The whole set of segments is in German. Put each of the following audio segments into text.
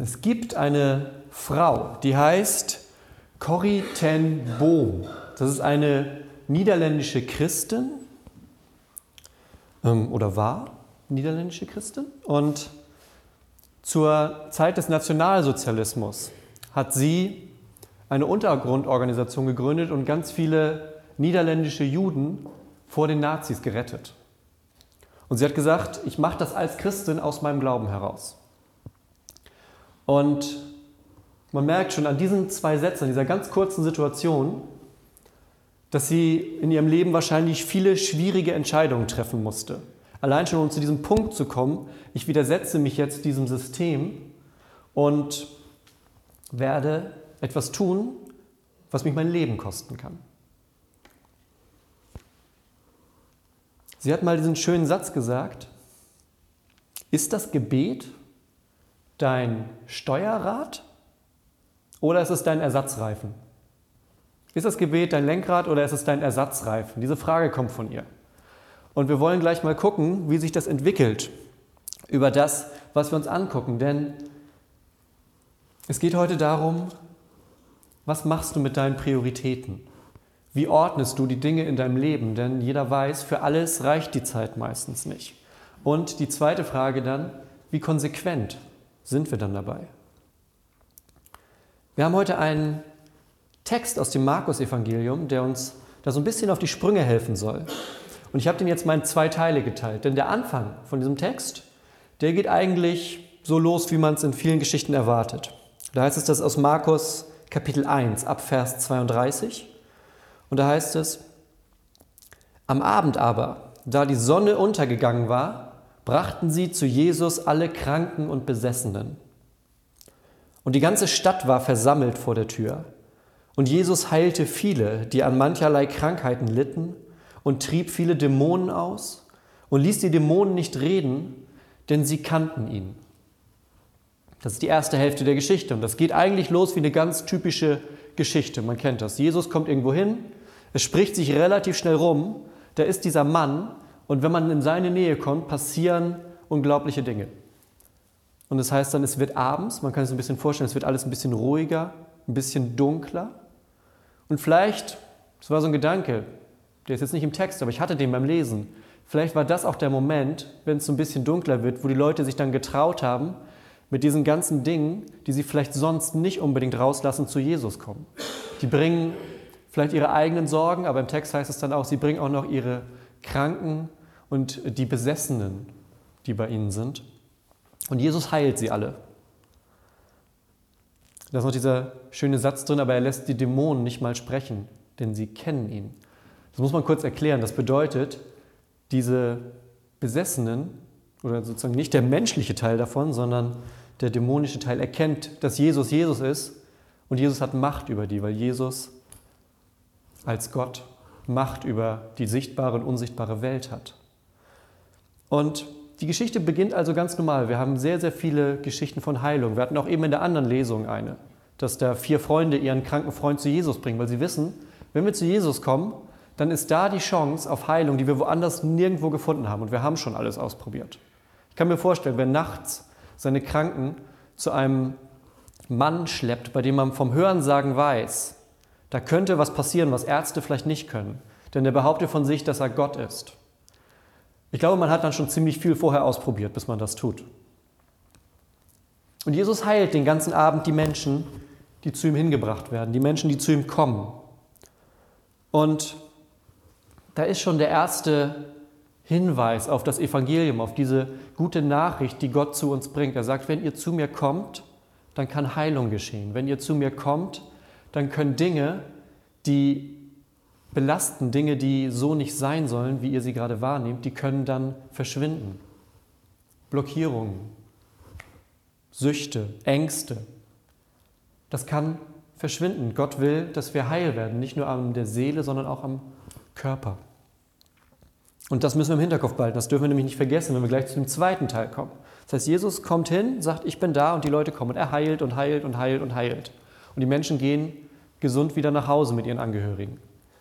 Es gibt eine Frau, die heißt Corrie ten Boom. Das ist eine niederländische Christin oder war niederländische Christin. Und zur Zeit des Nationalsozialismus hat sie eine Untergrundorganisation gegründet und ganz viele niederländische Juden vor den Nazis gerettet. Und sie hat gesagt, ich mache das als Christin aus meinem Glauben heraus. Und man merkt schon an diesen 2 Sätzen, an dieser ganz kurzen Situation, dass sie in ihrem Leben wahrscheinlich viele schwierige Entscheidungen treffen musste. Allein schon, um zu diesem Punkt zu kommen, ich widersetze mich jetzt diesem System und werde etwas tun, was mich mein Leben kosten kann. Sie hat mal diesen schönen Satz gesagt: Ist das Gebet dein Steuerrad oder ist es dein Ersatzreifen? Ist das Gebet dein Lenkrad oder ist es dein Ersatzreifen? Diese Frage kommt von ihr. Und wir wollen gleich mal gucken, wie sich das entwickelt über das, was wir uns angucken. Denn es geht heute darum, was machst du mit deinen Prioritäten? Wie ordnest du die Dinge in deinem Leben? Denn jeder weiß, für alles reicht die Zeit meistens nicht. Und die zweite Frage dann, wie konsequent sind wir dann dabei? Wir haben heute einen Text aus dem Markus-Evangelium, der uns da so ein bisschen auf die Sprünge helfen soll. Und ich habe den jetzt mal in 2 Teile geteilt. Denn der Anfang von diesem Text, der geht eigentlich so los, wie man es in vielen Geschichten erwartet. Da heißt es das aus Markus Kapitel 1, ab Vers 32. Und da heißt es: Am Abend aber, da die Sonne untergegangen war, brachten sie zu Jesus alle Kranken und Besessenen. Und die ganze Stadt war versammelt vor der Tür. Und Jesus heilte viele, die an mancherlei Krankheiten litten, und trieb viele Dämonen aus und ließ die Dämonen nicht reden, denn sie kannten ihn. Das ist die erste Hälfte der Geschichte und das geht eigentlich los wie eine ganz typische Geschichte. Man kennt das. Jesus kommt irgendwo hin, es spricht sich relativ schnell rum, da ist dieser Mann und wenn man in seine Nähe kommt, passieren unglaubliche Dinge. Und das heißt dann, es wird abends, man kann sich ein bisschen vorstellen, es wird alles ein bisschen ruhiger, ein bisschen dunkler. Und vielleicht, das war so ein Gedanke, der ist jetzt nicht im Text, aber ich hatte den beim Lesen, vielleicht war das auch der Moment, wenn es so ein bisschen dunkler wird, wo die Leute sich dann getraut haben, mit diesen ganzen Dingen, die sie vielleicht sonst nicht unbedingt rauslassen, zu Jesus kommen. Die bringen vielleicht ihre eigenen Sorgen, aber im Text heißt es dann auch, sie bringen auch noch ihre Kranken und die Besessenen, die bei ihnen sind. Und Jesus heilt sie alle. Da ist noch dieser schöne Satz drin, aber er lässt die Dämonen nicht mal sprechen, denn sie kennen ihn. Das muss man kurz erklären. Das bedeutet, diese Besessenen, oder sozusagen nicht der menschliche Teil davon, sondern der dämonische Teil erkennt, dass Jesus Jesus ist und Jesus hat Macht über die, weil Jesus als Gott Macht über die sichtbare und unsichtbare Welt hat. Und die Geschichte beginnt also ganz normal. Wir haben sehr, sehr viele Geschichten von Heilung. Wir hatten auch eben in der anderen Lesung eine, dass da 4 Freunde ihren kranken Freund zu Jesus bringen, weil sie wissen, wenn wir zu Jesus kommen, dann ist da die Chance auf Heilung, die wir woanders nirgendwo gefunden haben. Und wir haben schon alles ausprobiert. Ich kann mir vorstellen, wer nachts seine Kranken zu einem Mann schleppt, bei dem man vom Hörensagen weiß, da könnte was passieren, was Ärzte vielleicht nicht können. Denn der behauptet von sich, dass er Gott ist. Ich glaube, man hat dann schon ziemlich viel vorher ausprobiert, bis man das tut. Und Jesus heilt den ganzen Abend die Menschen, die zu ihm hingebracht werden, die Menschen, die zu ihm kommen. Und da ist schon der erste Hinweis auf das Evangelium, auf diese gute Nachricht, die Gott zu uns bringt. Er sagt, wenn ihr zu mir kommt, dann kann Heilung geschehen. Wenn ihr zu mir kommt, dann können Dinge, die belasten, Dinge, die so nicht sein sollen, wie ihr sie gerade wahrnehmt, die können dann verschwinden. Blockierungen, Süchte, Ängste, das kann verschwinden. Gott will, dass wir heil werden, nicht nur an der Seele, sondern auch am Körper. Und das müssen wir im Hinterkopf behalten, das dürfen wir nämlich nicht vergessen, wenn wir gleich zu dem zweiten Teil kommen. Das heißt, Jesus kommt hin, sagt, ich bin da und die Leute kommen und er heilt und heilt und heilt und heilt. Und die Menschen gehen gesund wieder nach Hause mit ihren Angehörigen.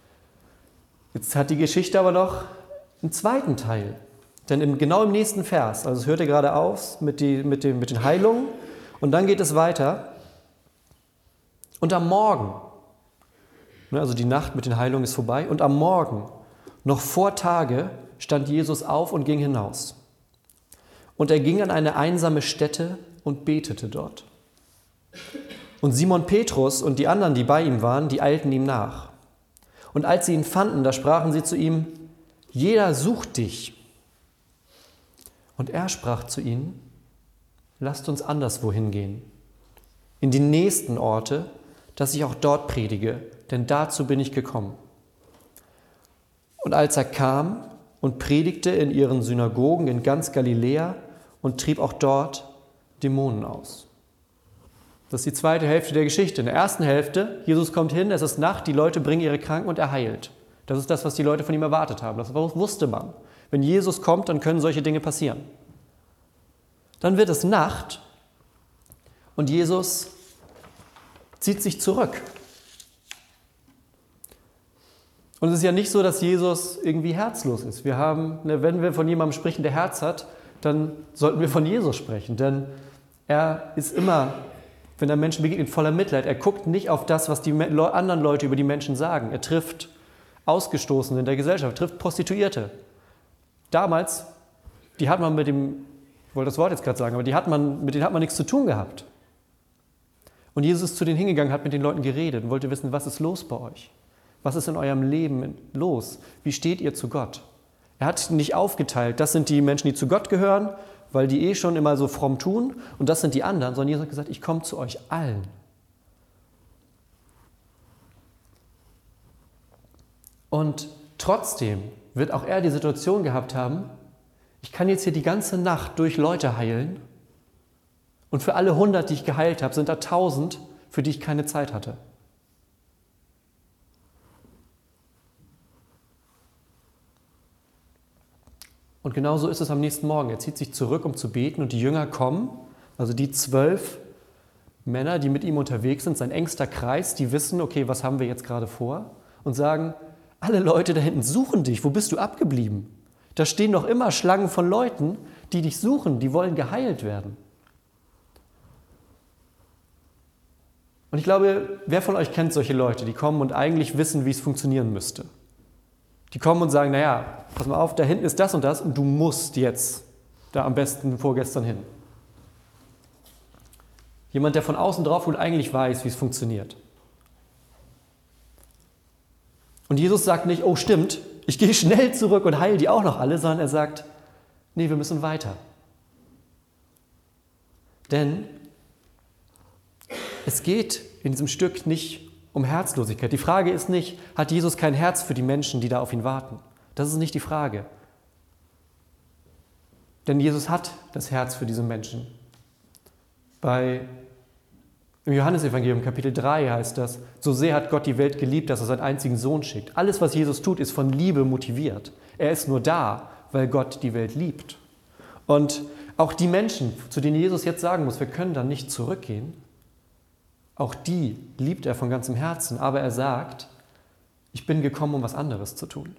Jetzt hat die Geschichte aber noch einen zweiten Teil. Denn genau im nächsten Vers, also es hörte gerade auf mit den Heilungen, Und dann geht es weiter. Und am Morgen, also die Nacht mit den Heilungen ist vorbei, und am Morgen, noch vor Tage, stand Jesus auf und ging hinaus. Und er ging an eine einsame Stätte und betete dort. Und Simon Petrus und die anderen, die bei ihm waren, die eilten ihm nach. Und als sie ihn fanden, da sprachen sie zu ihm: Jeder sucht dich. Und er sprach zu ihnen: Lasst uns anderswo hingehen, in die nächsten Orte, dass ich auch dort predige, denn dazu bin ich gekommen. Und als er kam und predigte in ihren Synagogen in ganz Galiläa und trieb auch dort Dämonen aus. Das ist die zweite Hälfte der Geschichte. In der ersten Hälfte, Jesus kommt hin, es ist Nacht, die Leute bringen ihre Kranken und er heilt. Das ist das, was die Leute von ihm erwartet haben. Das wusste man. Wenn Jesus kommt, dann können solche Dinge passieren. Dann wird es Nacht und Jesus zieht sich zurück. Und es ist ja nicht so, dass Jesus irgendwie herzlos ist. Wenn wir von jemandem sprechen, der Herz hat, dann sollten wir von Jesus sprechen. Denn er ist immer, wenn er Menschen begegnet, voller Mitleid. Er guckt nicht auf das, was die anderen Leute über die Menschen sagen. Er trifft Ausgestoßene in der Gesellschaft, trifft Prostituierte. Damals, die hat man mit dem, ich wollte das Wort jetzt gerade sagen, aber mit denen hat man nichts zu tun gehabt. Und Jesus ist zu denen hingegangen, hat mit den Leuten geredet und wollte wissen, was ist los bei euch? Was ist in eurem Leben los? Wie steht ihr zu Gott? Er hat nicht aufgeteilt, das sind die Menschen, die zu Gott gehören, weil die schon immer so fromm tun, und das sind die anderen, sondern Jesus hat gesagt, ich komme zu euch allen. Und trotzdem wird auch er die Situation gehabt haben, ich kann jetzt hier die ganze Nacht durch Leute heilen und für alle 100, die ich geheilt habe, sind da 1000, für die ich keine Zeit hatte. Und genauso ist es am nächsten Morgen. Er zieht sich zurück, um zu beten, und die Jünger kommen, also die 12 Männer, die mit ihm unterwegs sind, sein engster Kreis, die wissen, okay, was haben wir jetzt gerade vor? Und sagen, alle Leute da hinten suchen dich, wo bist du abgeblieben? Da stehen noch immer Schlangen von Leuten, die dich suchen, die wollen geheilt werden. Und ich glaube, wer von euch kennt solche Leute, die kommen und eigentlich wissen, wie es funktionieren müsste? Die kommen und sagen, naja, pass mal auf, da hinten ist das und du musst jetzt da am besten vorgestern hin. Jemand, der von außen drauf wohl eigentlich weiß, wie es funktioniert. Und Jesus sagt nicht, oh stimmt, ich gehe schnell zurück und heile die auch noch alle, sondern er sagt, nee, wir müssen weiter. Denn es geht in diesem Stück nicht um Herzlosigkeit. Die Frage ist nicht, hat Jesus kein Herz für die Menschen, die da auf ihn warten? Das ist nicht die Frage. Denn Jesus hat das Herz für diese Menschen. Im Johannesevangelium Kapitel 3 heißt das, so sehr hat Gott die Welt geliebt, dass er seinen einzigen Sohn schickt. Alles, was Jesus tut, ist von Liebe motiviert. Er ist nur da, weil Gott die Welt liebt. Und auch die Menschen, zu denen Jesus jetzt sagen muss, wir können da nicht zurückgehen, auch die liebt er von ganzem Herzen, aber er sagt, ich bin gekommen, um was anderes zu tun.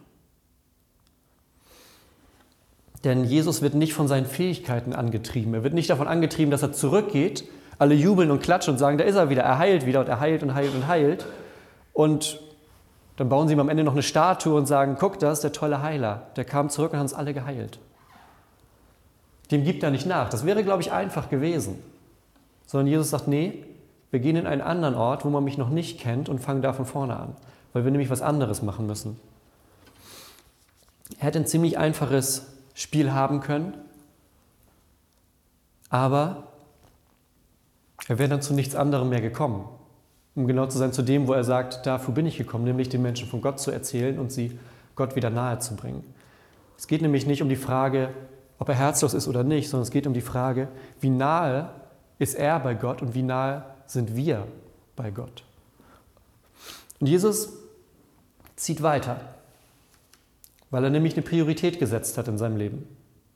Denn Jesus wird nicht von seinen Fähigkeiten angetrieben. Er wird nicht davon angetrieben, dass er zurückgeht, alle jubeln und klatschen und sagen, da ist er wieder, er heilt wieder und er heilt und heilt und heilt. Und dann bauen sie ihm am Ende noch eine Statue und sagen, guck, da ist der tolle Heiler, der kam zurück und hat uns alle geheilt. Dem gibt er nicht nach. Das wäre, glaube ich, einfach gewesen. Sondern Jesus sagt, nee, wir gehen in einen anderen Ort, wo man mich noch nicht kennt, und fangen da von vorne an, weil wir nämlich was anderes machen müssen. Er hätte ein ziemlich einfaches Spiel haben können, aber er wäre dann zu nichts anderem mehr gekommen. Um genau zu sein, zu dem, wo er sagt, dafür bin ich gekommen, nämlich den Menschen von Gott zu erzählen und sie Gott wieder nahe zu bringen. Es geht nämlich nicht um die Frage, ob er herzlos ist oder nicht, sondern es geht um die Frage, wie nahe ist er bei Gott und wie nahe sind wir bei Gott. Und Jesus zieht weiter, weil er nämlich eine Priorität gesetzt hat in seinem Leben.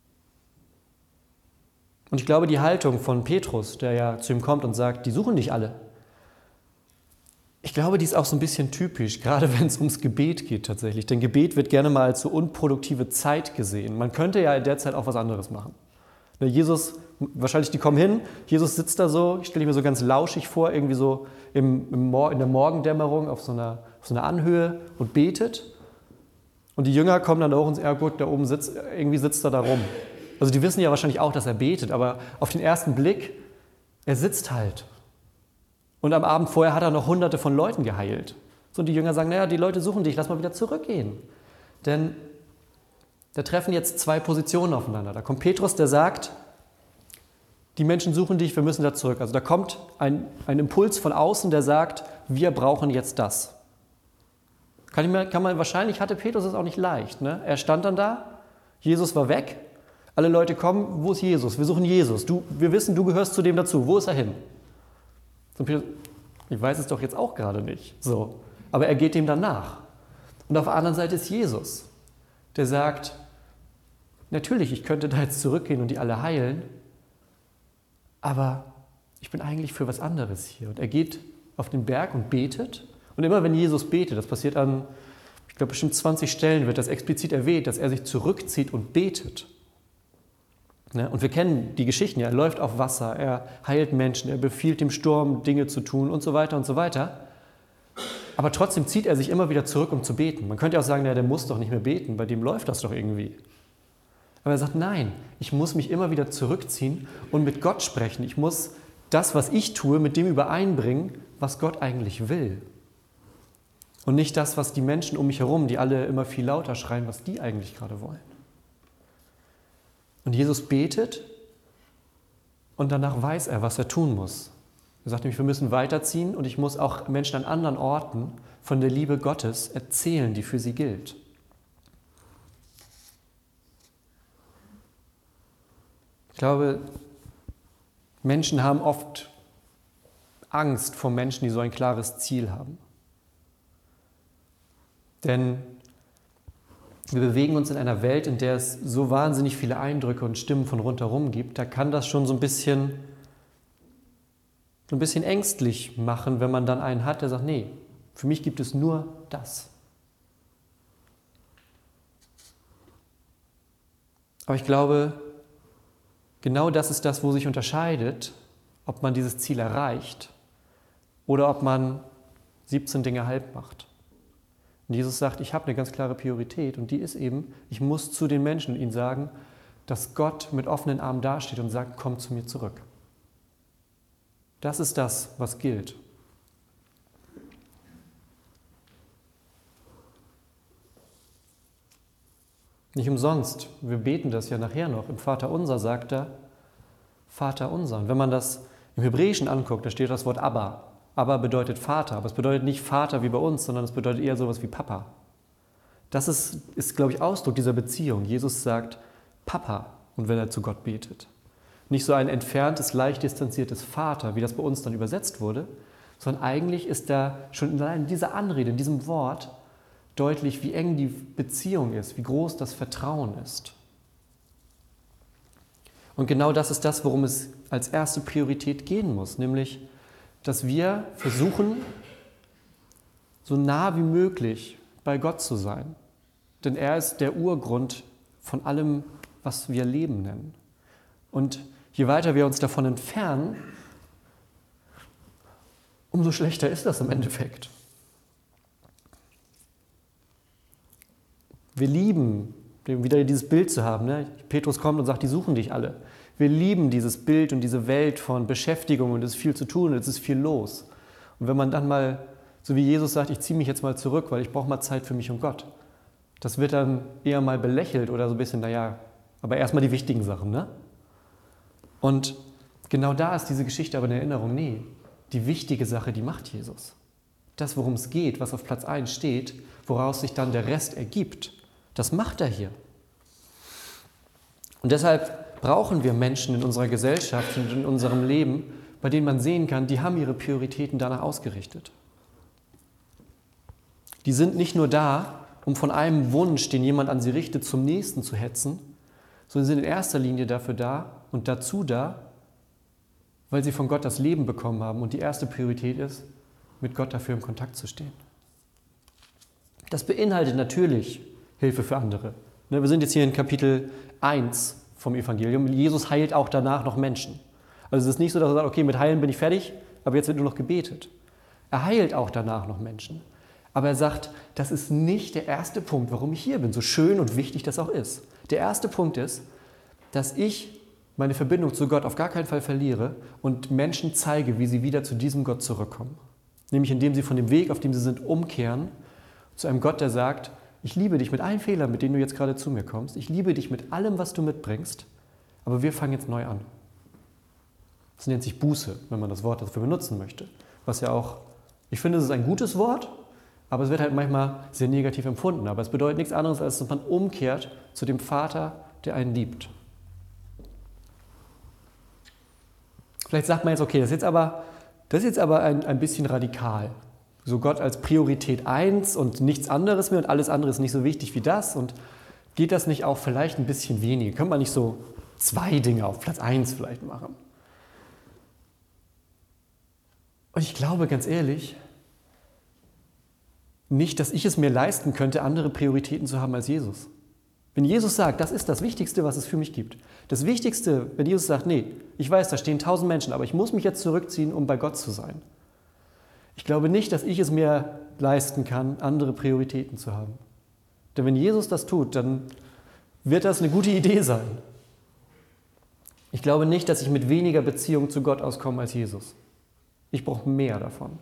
Und ich glaube, die Haltung von Petrus, der ja zu ihm kommt und sagt, die suchen dich alle, ich glaube, die ist auch so ein bisschen typisch, gerade wenn es ums Gebet geht tatsächlich. Denn Gebet wird gerne mal als so unproduktive Zeit gesehen. Man könnte ja in der Zeit auch was anderes machen. Jesus, wahrscheinlich die kommen hin, Jesus sitzt da so, ich stelle mir so ganz lauschig vor, irgendwie so in der Morgendämmerung auf so einer Anhöhe und betet. Und die Jünger kommen dann hoch und sagen, ja gut, da oben sitzt er da rum. Also die wissen ja wahrscheinlich auch, dass er betet, aber auf den ersten Blick, er sitzt halt. Und am Abend vorher hat er noch Hunderte von Leuten geheilt. So, und die Jünger sagen, naja, die Leute suchen dich, lass mal wieder zurückgehen. Denn da treffen jetzt zwei Positionen aufeinander. Da kommt Petrus, der sagt, die Menschen suchen dich, wir müssen da zurück. Also da kommt ein Impuls von außen, der sagt, wir brauchen jetzt das. Wahrscheinlich hatte Petrus es auch nicht leicht. Ne? Er stand dann da, Jesus war weg, alle Leute kommen, wo ist Jesus? Wir suchen Jesus. Wir wissen, du gehörst zu dem dazu. Wo ist er hin? Und Petrus, ich weiß es doch jetzt auch gerade nicht. So. Aber er geht dem dann nach. Und auf der anderen Seite ist Jesus, der sagt, natürlich, ich könnte da jetzt zurückgehen und die alle heilen, aber ich bin eigentlich für was anderes hier. Und er geht auf den Berg und betet. Und immer wenn Jesus betet, das passiert an, ich glaube bestimmt 20 Stellen, wird das explizit erwähnt, dass er sich zurückzieht und betet. Ne? Und wir kennen die Geschichten, ja, er läuft auf Wasser, er heilt Menschen, er befiehlt dem Sturm, Dinge zu tun und so weiter und so weiter. Aber trotzdem zieht er sich immer wieder zurück, um zu beten. Man könnte auch sagen, der muss doch nicht mehr beten, bei dem läuft das doch irgendwie. Aber er sagt, nein, ich muss mich immer wieder zurückziehen und mit Gott sprechen. Ich muss das, was ich tue, mit dem übereinbringen, was Gott eigentlich will. Und nicht das, was die Menschen um mich herum, die alle immer viel lauter schreien, was die eigentlich gerade wollen. Und Jesus betet und danach weiß er, was er tun muss. Er sagt nämlich, wir müssen weiterziehen und ich muss auch Menschen an anderen Orten von der Liebe Gottes erzählen, die für sie gilt. Ich glaube, Menschen haben oft Angst vor Menschen, die so ein klares Ziel haben. Denn wir bewegen uns in einer Welt, in der es so wahnsinnig viele Eindrücke und Stimmen von rundherum gibt. Da kann das schon so ein bisschen ängstlich machen, wenn man dann einen hat, der sagt, nee, für mich gibt es nur das. Aber ich glaube, genau das ist das, wo sich unterscheidet, ob man dieses Ziel erreicht oder ob man 17 Dinge halb macht. Und Jesus sagt, ich habe eine ganz klare Priorität und die ist eben, ich muss zu den Menschen ihnen sagen, dass Gott mit offenen Armen dasteht und sagt, komm zu mir zurück. Das ist das, was gilt. Nicht umsonst, wir beten das ja nachher noch. Im Vaterunser sagt er, Vater unser. Und wenn man das im Hebräischen anguckt, da steht das Wort Abba. Abba bedeutet Vater, aber es bedeutet nicht Vater wie bei uns, sondern es bedeutet eher sowas wie Papa. Das ist, glaube ich, Ausdruck dieser Beziehung. Jesus sagt Papa, und wenn er zu Gott betet. Nicht so ein entferntes, leicht distanziertes Vater, wie das bei uns dann übersetzt wurde, sondern eigentlich ist da schon in dieser Anrede, in diesem Wort, deutlich, wie eng die Beziehung ist, wie groß das Vertrauen ist. Und genau das ist das, worum es als erste Priorität gehen muss, nämlich, dass wir versuchen, so nah wie möglich bei Gott zu sein. Denn er ist der Urgrund von allem, was wir Leben nennen. Und je weiter wir uns davon entfernen, umso schlechter ist das im Endeffekt. Wir lieben, wieder dieses Bild zu haben. Ne? Petrus kommt und sagt, die suchen dich alle. Wir lieben dieses Bild und diese Welt von Beschäftigung und es ist viel zu tun und es ist viel los. Und wenn man dann mal, so wie Jesus sagt, ich ziehe mich jetzt mal zurück, weil ich brauche mal Zeit für mich und Gott, das wird dann eher mal belächelt oder so ein bisschen, naja, aber erstmal die wichtigen Sachen. Ne? Und genau da ist diese Geschichte aber eine Erinnerung, nee, die wichtige Sache, die macht Jesus. Das, worum es geht, was auf Platz 1 steht, woraus sich dann der Rest ergibt, das macht er hier. Und deshalb brauchen wir Menschen in unserer Gesellschaft und in unserem Leben, bei denen man sehen kann, die haben ihre Prioritäten danach ausgerichtet. Die sind nicht nur da, um von einem Wunsch, den jemand an sie richtet, zum nächsten zu hetzen, sondern sind in erster Linie dafür da und dazu da, weil sie von Gott das Leben bekommen haben und die erste Priorität ist, mit Gott dafür im Kontakt zu stehen. Das beinhaltet natürlich Hilfe für andere. Wir sind jetzt hier in Kapitel 1 vom Evangelium. Jesus heilt auch danach noch Menschen. Also es ist nicht so, dass er sagt, okay, mit Heilen bin ich fertig, aber jetzt wird nur noch gebetet. Er heilt auch danach noch Menschen. Aber er sagt, das ist nicht der erste Punkt, warum ich hier bin, so schön und wichtig das auch ist. Der erste Punkt ist, dass ich meine Verbindung zu Gott auf gar keinen Fall verliere und Menschen zeige, wie sie wieder zu diesem Gott zurückkommen. Nämlich indem sie von dem Weg, auf dem sie sind, umkehren zu einem Gott, der sagt, ich liebe dich mit allen Fehlern, mit denen du jetzt gerade zu mir kommst. Ich liebe dich mit allem, was du mitbringst. Aber wir fangen jetzt neu an. Das nennt sich Buße, wenn man das Wort dafür benutzen möchte. Was ja auch, ich finde, es ist ein gutes Wort, aber es wird halt manchmal sehr negativ empfunden. Aber es bedeutet nichts anderes, als dass man umkehrt zu dem Vater, der einen liebt. Vielleicht sagt man jetzt, okay, das ist jetzt aber ein bisschen radikal. So Gott als Priorität 1 und nichts anderes mehr und alles andere ist nicht so wichtig wie das. Und geht das nicht auch vielleicht ein bisschen weniger? Könnte man nicht so 2 Dinge auf Platz 1 vielleicht machen? Und ich glaube, ganz ehrlich, nicht, dass ich es mir leisten könnte, andere Prioritäten zu haben als Jesus. Wenn Jesus sagt, das ist das Wichtigste, was es für mich gibt. Das Wichtigste, wenn Jesus sagt, nee, ich weiß, da stehen 1000 Menschen, aber ich muss mich jetzt zurückziehen, um bei Gott zu sein. Ich glaube nicht, dass ich es mir leisten kann, andere Prioritäten zu haben. Denn wenn Jesus das tut, dann wird das eine gute Idee sein. Ich glaube nicht, dass ich mit weniger Beziehung zu Gott auskomme als Jesus. Ich brauche mehr davon.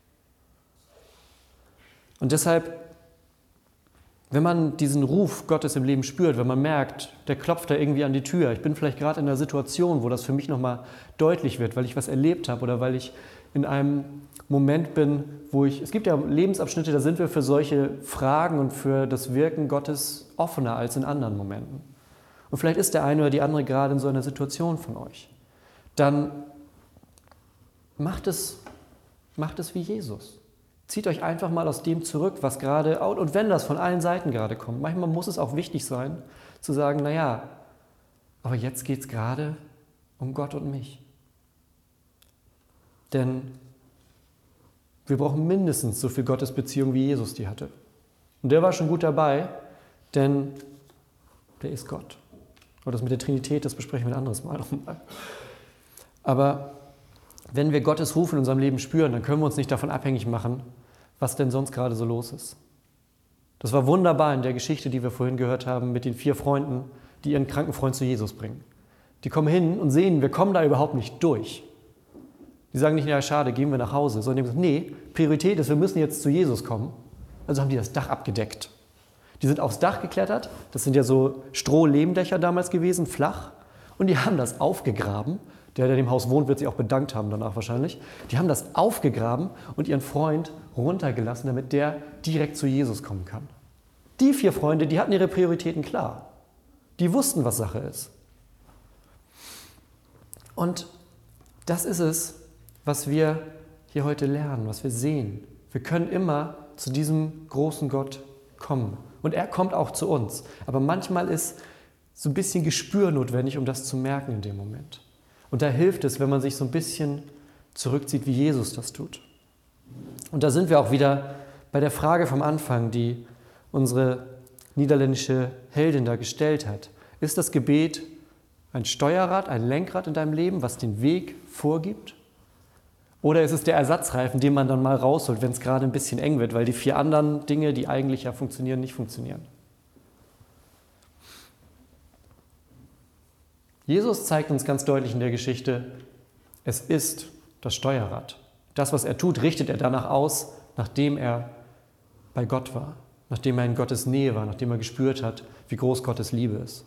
Und deshalb, wenn man diesen Ruf Gottes im Leben spürt, wenn man merkt, der klopft da irgendwie an die Tür, ich bin vielleicht gerade in einer Situation, wo das für mich nochmal deutlich wird, weil ich was erlebt habe oder weil ich in einem Moment bin, es gibt ja Lebensabschnitte, da sind wir für solche Fragen und für das Wirken Gottes offener als in anderen Momenten. Und vielleicht ist der eine oder die andere gerade in so einer Situation von euch. Dann macht es wie Jesus. Zieht euch einfach mal aus dem zurück, was gerade, und wenn das von allen Seiten gerade kommt, manchmal muss es auch wichtig sein, zu sagen, naja, aber jetzt geht es gerade um Gott und mich. Denn wir brauchen mindestens so viel Gottesbeziehung, wie Jesus die hatte. Und der war schon gut dabei, denn der ist Gott. Und das mit der Trinität, das besprechen wir ein anderes Mal nochmal. Aber wenn wir Gottes Ruf in unserem Leben spüren, dann können wir uns nicht davon abhängig machen, was denn sonst gerade so los ist. Das war wunderbar in der Geschichte, die wir vorhin gehört haben, mit den 4 Freunden, die ihren kranken Freund zu Jesus bringen. Die kommen hin und sehen, wir kommen da überhaupt nicht durch. Die sagen nicht, ja schade, gehen wir nach Hause, sondern die sagen, nee, Priorität ist, wir müssen jetzt zu Jesus kommen. Also haben die das Dach abgedeckt. Die sind aufs Dach geklettert, das sind ja so Stroh-Lehmdächer damals gewesen, flach, und die haben das aufgegraben. Der in dem Haus wohnt, wird sich auch bedankt haben danach wahrscheinlich. Die haben das aufgegraben und ihren Freund runtergelassen, damit der direkt zu Jesus kommen kann. Die 4 Freunde, die hatten ihre Prioritäten klar. Die wussten, was Sache ist. Und das ist es, was wir hier heute lernen, was wir sehen. Wir können immer zu diesem großen Gott kommen. Und er kommt auch zu uns. Aber manchmal ist so ein bisschen Gespür notwendig, um das zu merken in dem Moment. Und da hilft es, wenn man sich so ein bisschen zurückzieht, wie Jesus das tut. Und da sind wir auch wieder bei der Frage vom Anfang, die unsere niederländische Heldin da gestellt hat. Ist das Gebet ein Steuerrad, ein Lenkrad in deinem Leben, was den Weg vorgibt? Oder ist es der Ersatzreifen, den man dann mal rausholt, wenn es gerade ein bisschen eng wird, weil die 4 anderen Dinge, die eigentlich ja funktionieren, nicht funktionieren? Jesus zeigt uns ganz deutlich in der Geschichte, es ist das Steuerrad. Das, was er tut, richtet er danach aus, nachdem er bei Gott war, nachdem er in Gottes Nähe war, nachdem er gespürt hat, wie groß Gottes Liebe ist.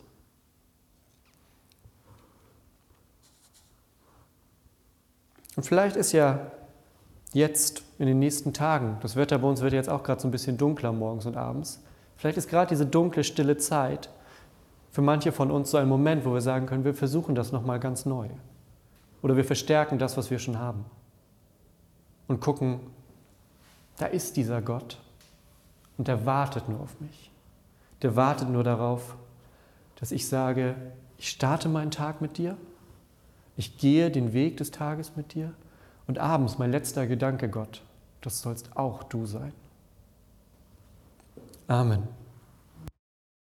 Und vielleicht ist ja jetzt in den nächsten Tagen, das Wetter bei uns wird jetzt auch gerade so ein bisschen dunkler morgens und abends, vielleicht ist gerade diese dunkle, stille Zeit für manche von uns so ein Moment, wo wir sagen können, wir versuchen das nochmal ganz neu. Oder wir verstärken das, was wir schon haben. Und gucken, da ist dieser Gott und der wartet nur auf mich. Der wartet nur darauf, dass ich sage, ich starte meinen Tag mit dir, ich gehe den Weg des Tages mit dir und abends mein letzter Gedanke, Gott, das sollst auch du sein. Amen.